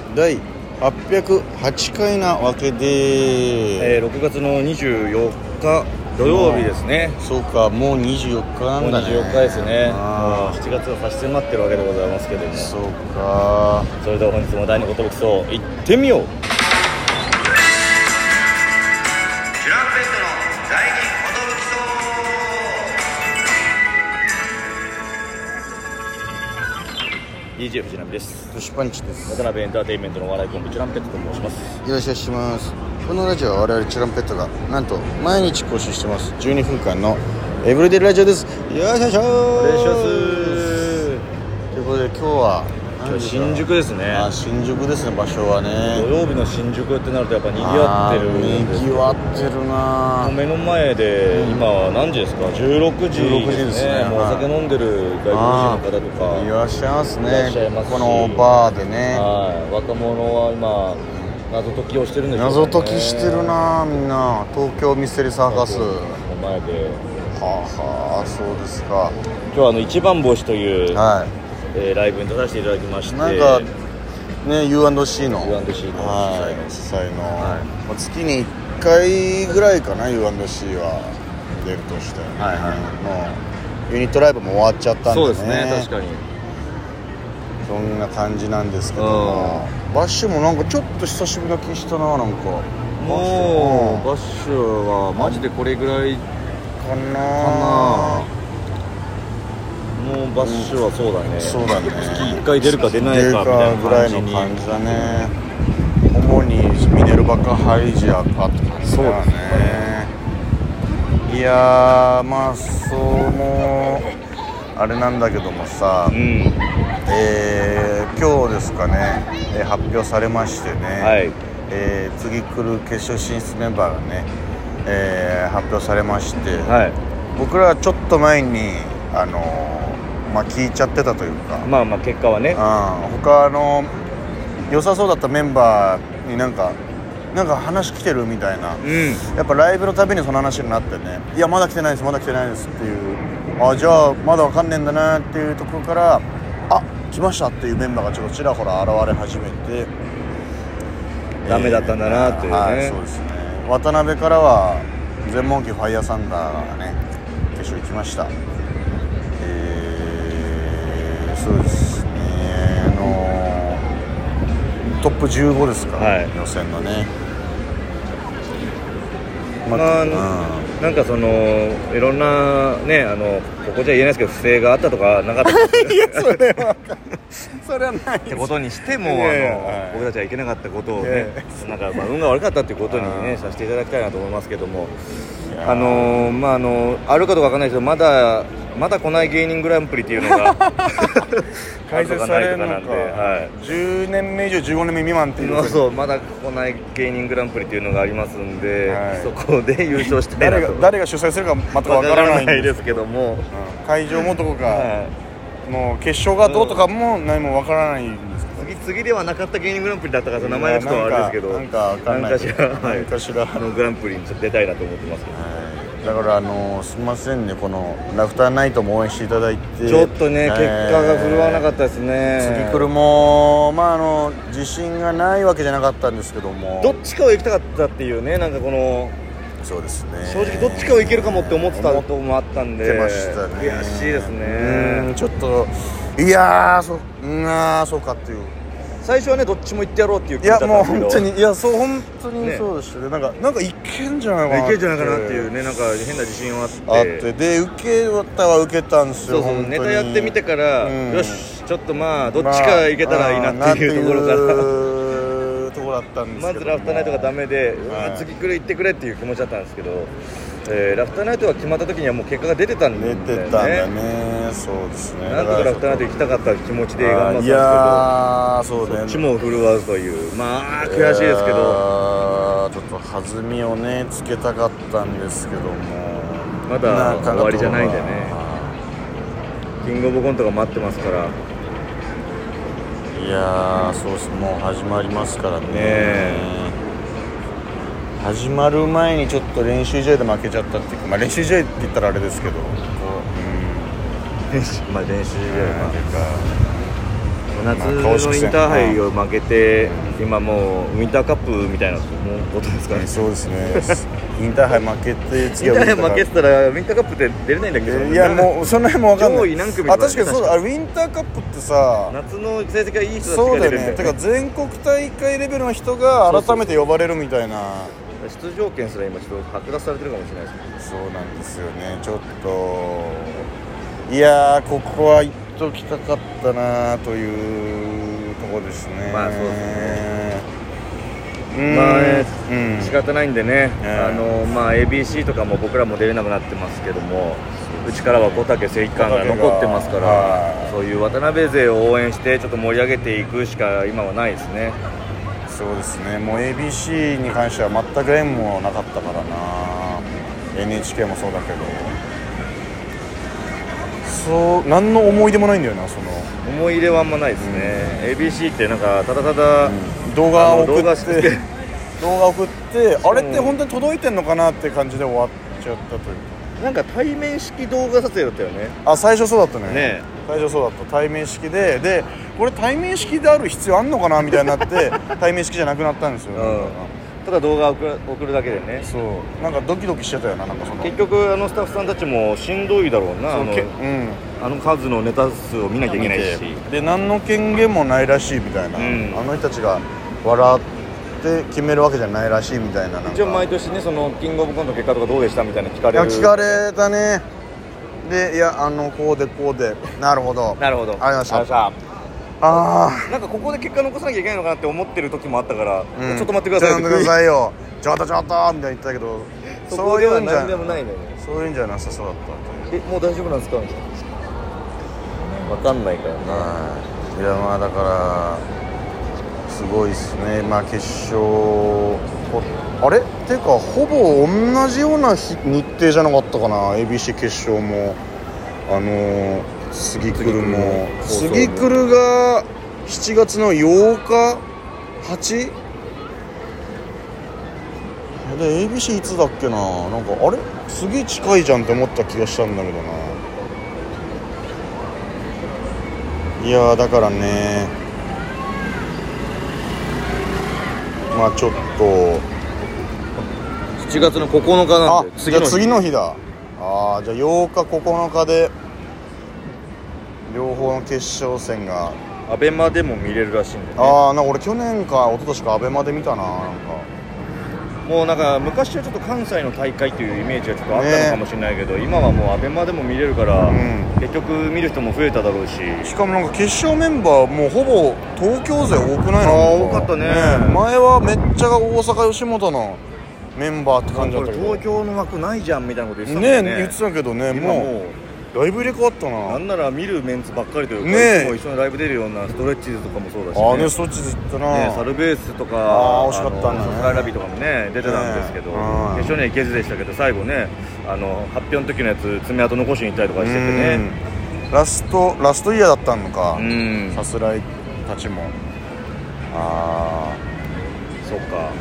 第808回なわけで、 6月の24日土曜日ですね。 そうか、もう24日なんだね。 もう24日ですね。もう7月が差し迫ってるわけでございますけども。 そうか。 それでは本日も第2言武器層行ってみよう。DJ 藤波です。 トシパンチです。 渡辺エンターテインメントのお笑いコンビチュランペットと申します。 よろしくお願いします。このラジオは我々チュランペットがなんと毎日更新してます。12分間のエブリデイラジオです。よいしょしょー。 お願いします。 ということで今日は新宿ですね。 新宿ですね。場所はね、 土曜日の新宿ってなるとやっぱ賑わってるんです。 賑わってるな。 目の前で、今は何時ですか。16時ですね。もうお酒飲んでる外国人の方とかいらっしゃいますね。 いらっしゃいますし、 このバーでね、 若者は今謎解きをしてるんでしょうね。 謎解きしてるな。みんな東京ミステリーサーカスの前で、 そうですか。 今日は一番星という、ライブに出させていただきまして、 なんかね、U&C の主催の、 月に1回ぐらいかな。 U&C は出るとして、もうユニットライブも終わっちゃったんでね。 そうですね、確かにそんな感じなんですけども、バッシュもなんかちょっと久しぶりな気したな。なんかもうバッシュはマジでこれぐらいかな。 もうバッシュはそうだね、 そうだね、 月1回出るか出ないかみたいなぐらいの感じだね。主にミネルバかハイジアかって感じだよね。いやー、まあそうもあれなんだけどもさ、今日ですかね、発表されましてね、次来る決勝進出メンバーがね、発表されまして、僕らはちょっと前に聞いちゃってたというか、 結果はね、 他の良さそうだったメンバーになんか話来てるみたいな、やっぱライブのたびにその話になってね、いやまだ来てないですっていう、じゃあまだわかんねえんだなっていうところから、来ましたっていうメンバーがちょっとちらほら現れ始めて、 ダメだったんだなっていうね。 そうですね。渡辺からは全問記ファイヤーサンダーがね決勝行きました。そうですね、トップ15ですか、予選のね。 なんかいろんなね、ここじゃ言えないですけど不正があったとかなかったいやそれはないってことにしても、僕たちはいけなかったことをね、なんか運が悪かったっていうことにねさせていただきたいなと思いますけども、あるかどうかわかんないですけど、まだ来ない芸人グランプリっていうのが開催されるのか、10年目以上15年目未満っていう、 そうまだ来ない芸人グランプリっていうのがありますんで、そこで優勝したいなと。 誰が主催するか全くわからないんですけども、 会場もどこか、もう決勝がどうとかも何もわからないんですけど、 次ではなかった芸人グランプリだったから名前はちょっとあれですけど、 なんか何かしらグランプリにちょっと出たいなと思ってますけど、 だからすみませんね、このラフターナイトも応援していただいて、 ちょっとね、結果が振るわなかったですね。 次来るも自信がないわけじゃなかったんですけども、 どっちかを行きたかったっていうね、なんかそうですね、 正直どっちかをいけるかもって思ってたこともあったんで、 ましたね。 悔しいですね。 ちょっとそうかっていう。 最初はね、どっちも行ってやろうっていう気持ちだったんですけど、 もう本当にそうでしたね。なんかいけんじゃないかなっていうね、なんか変な自信はあってで、受けたんですよ。 ネタやってみてから、よしちょっとどっちかいけたらいいなっていうところからところだったんですけど、 まずラフターナイトがダメで、次来る行ってくれっていう気持ちだったんですけど、ラフターナイトが決まった時にはもう結果が出てたんだよね。 そうですね。 なんとかラフターナイト行きたかった気持ちで頑張ったんですけど、そっちも振るわずという、悔しいですけど、 ちょっと弾みをねつけたかったんですけども、 まだ終わりじゃないんでね、キングオブコントが待ってますから。 そうです、もう始まりますからね。始まる前にちょっと練習試合で負けちゃったっていうか、練習試合って言ったらあれですけど、 練習試合夏のインターハイを負けて、今もうウィンターカップみたいなことですかね。 そうですねインターハイ負けて次はインターハイ負けてたらウィンターカップって出れないんだけど、 いやもうその辺も分かんない。 上位何組とか確かにそうだ。ウィンターカップってさ、 夏の成績がいい人たちそうだが出るんだよね。 よね。てか全国大会レベルの人が改めて呼ばれるみたいな。 出場権すら今ちょっと剥奪されてるかもしれないですね。 そうなんですよね。ちょっといやー、ここは行っときたかったなというところですね。 まあそうですね。まあね、仕方ないんでね、まあ ABC とかも僕らも出れなくなってますけども、うちからは小竹正義感が残ってますから、そういう渡辺勢を応援してちょっと盛り上げていくしか今はないですね。 そうですね。もう ABC に関しては全く縁もなかったからな。NHK もそうだけど、そう何の思い出もないんだよな。その思い入れはあんまないですね。ABC ってなんかただただ、 動画を送ってあれって本当に届いてんのかなって感じで終わっちゃったというか、 なんか対面式動画撮影だったよね。 最初そうだったね。 最初そうだった。対面式でこれ対面式である必要あんのかなみたいになって対面式じゃなくなったんですよ、 ただ動画を送るだけでね。 そうなんかドキドキしてたよな。なんかその結局スタッフさんたちもしんどいだろうな。あの数のネタ数を見なきゃいけないし、 で何の権限もないらしいみたいな、あの人たちが笑って決めるわけじゃないらしいみたいな。 一応毎年ね、そのキングオブコント結果とかどうでしたみたいな聞かれる。 聞かれたね。でいやこうでなるほどなるほど、 ありがとうございました。 なんかここで結果残さなきゃいけないのかなって思ってる時もあったから、ちょっと待ってくださいちょっと待ってくださいよちょっとみたいな言ったけど、 そういうんじゃでもないのよね。 そういうんじゃなさそうだった。 もう大丈夫なんですかみたいな。分かんないからね。 いやまあだからすごいっすね。まあ決勝あれっていうかほぼ同じような日程じゃなかったかな。 ABC 決勝も杉来も杉来が7月の8日 8? で ABC いつだっけな。なんかあれ杉近いじゃんって思った気がしたんだけどな。いやだからね、まあちょっと 7月の9日なんでじゃあ次の日だ。じゃあ8日9日で両方の決勝戦がアベマでも見れるらしいんでね。 なんか俺去年か一昨年かアベマで見たな。なんかもうなんか昔はちょっと関西の大会というイメージがちょっとあったのかもしれないけど、今はもうアベマでも見れるから、結局見る人も増えただろうし、 しかもなんか決勝メンバーもうほぼ東京勢多くないの。 多かったね。 前はめっちゃ大阪吉本のメンバーって感じだったけど、 東京の枠ないじゃんみたいなこと言ってたもんね。 言ってたけどね、もうだいぶ入れ替わったな。 なんなら見るメンツばっかりというか、いつも一緒にライブ出るようなストレッチーズとかもそうだしね。 ストレッチーズ行ったな。 サルベースとか惜しかったんだね。 ソフライラビとかもね出てたんですけど、決勝には行けずでしたけど、最後ね発表の時のやつ爪痕残しに行ったりとかしててね。 ラストイヤーだったのか、さすらいたちも。 そうか、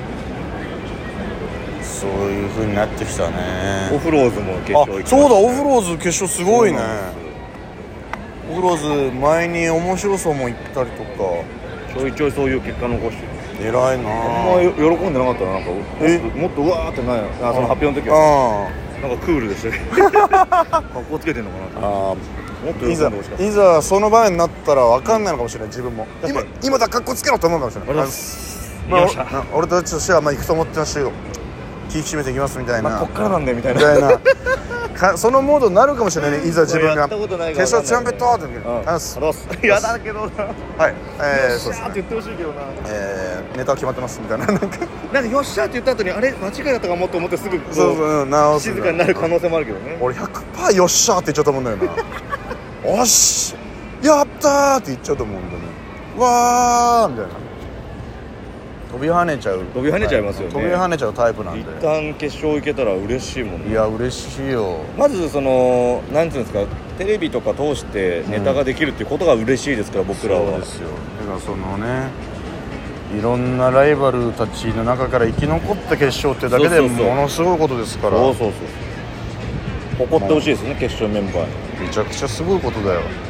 そういう風になってきたね。 オフローズも決勝行きましたね。 そうだ、オフローズ決勝すごいね。オフローズ前に面白そうも行ったりとか、 ちょいちょいそういう結果残してる。 偉いな。 あんま喜んでなかったな。なんかもっとうわーってないその発表の時はなんかクールでしたけど格好つけてんのかな。もっと喜んでほしかった。 いざその場面になったら分かんないのかもしれない。自分も今だ格好つけろと思うかもしれない。俺たちとしては行くと思ってましたけど、気引き締めていきますみたいな、 こっからなんでみたいなそのモードになるかもしれないね。いざ自分が決勝チャンペットってやだけどな。 そうですね。 言ってほしいけどな。 ネタは決まってますみたいな、なんかよっしゃって言った後にあれ間違いだったかもと思ってすぐ静かになる可能性もあるけどね。 俺 100% よっしゃって言っちゃうと思うんだよな。おしやったーって言っちゃうと思うんだよね。わーみたいな、飛び跳ねちゃいますよね。飛び跳ねちゃうタイプなんで、 一旦決勝行けたら嬉しいもんね。 いや嬉しいよ。 まずなんていうんですか、テレビとか通してネタができるっていうことが嬉しいですから、僕らは。 そうですよ。だからいろんなライバルたちの中から生き残った決勝ってだけでものすごいことですから。 誇ってほしいですね、決勝メンバーに。 めちゃくちゃすごいことだよ。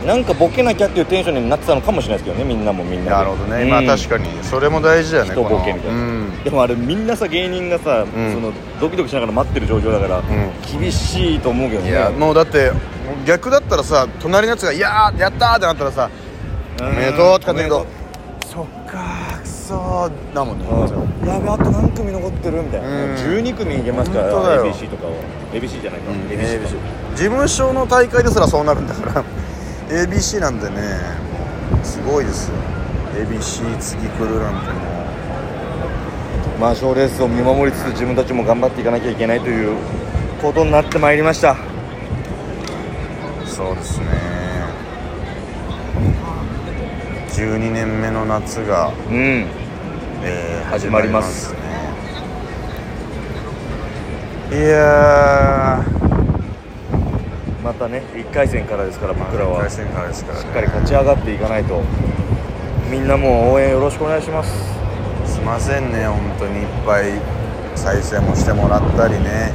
なんかボケなきゃっていうテンションになってたのかもしれないですけどね、みんなもみんなで。 なるほどね、まあ確かにそれも大事だよね、 人ボケみたいな、でもあれみんなさ、芸人がさ、そのドキドキしながら待ってる状況だから、厳しいと思うけどね。 いやもうだって逆だったらさ、隣のやつが「いやーやったー!」ってなったらさ「おめでとう」って感じだけど、そっかーくそーだもんね。 やべ、あと何組残ってるみたいな、12組いけますから、 本当だよ ABC とかは ABC じゃないか、 ABC 事務所の大会ですらそうなるんだからABC なんでね、すごいですよ。 ABC 次来るなんてもまあ賞レースを見守りつつ自分たちも頑張っていかなきゃいけないということになってまいりました。 う、そうですね、12年目の夏が、 始まりますね。いやーまたね、1回戦からですから、僕らは 1回戦からですからね、 しっかり勝ち上がっていかないと。みんなも応援よろしくお願いします。 すいませんね、本当にいっぱい再生もしてもらったりね、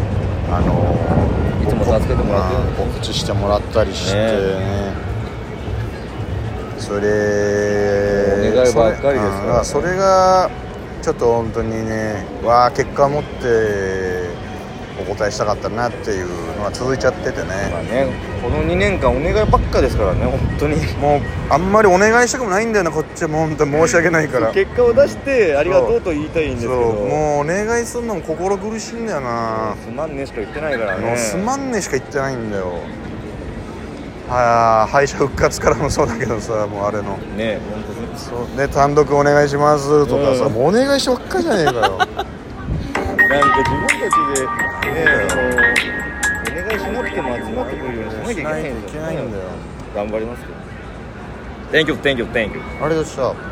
いつも助けてもらってる告知してもらったりしてね、それお願いばっかりですからね。 それがちょっと本当にね、結果を持ってお答えしたかったなっていうのが続いちゃっててね、 まあね、この2年間お願いばっかですからね、本当に。 もうあんまりお願いしたくもないんだよな、こっちも本当に申し訳ないから結果を出してありがとうと言いたいんですけど、 もうお願いするのも心苦しいんだよな。 すまんねしか言ってないからね。 もうすまんねしか言ってないんだよ。敗者復活からもそうだけどさ、もうあれのね、本当にそうね、単独お願いしますとかさ、もうお願いしてばっかりじゃねえかよなんか自分たちでお願いしなくても集まってくるようにしなきゃいけないんだよ。 いけないんだよ。 頑張りますけど。Thank you, thank you, thank you. ありがとうございました。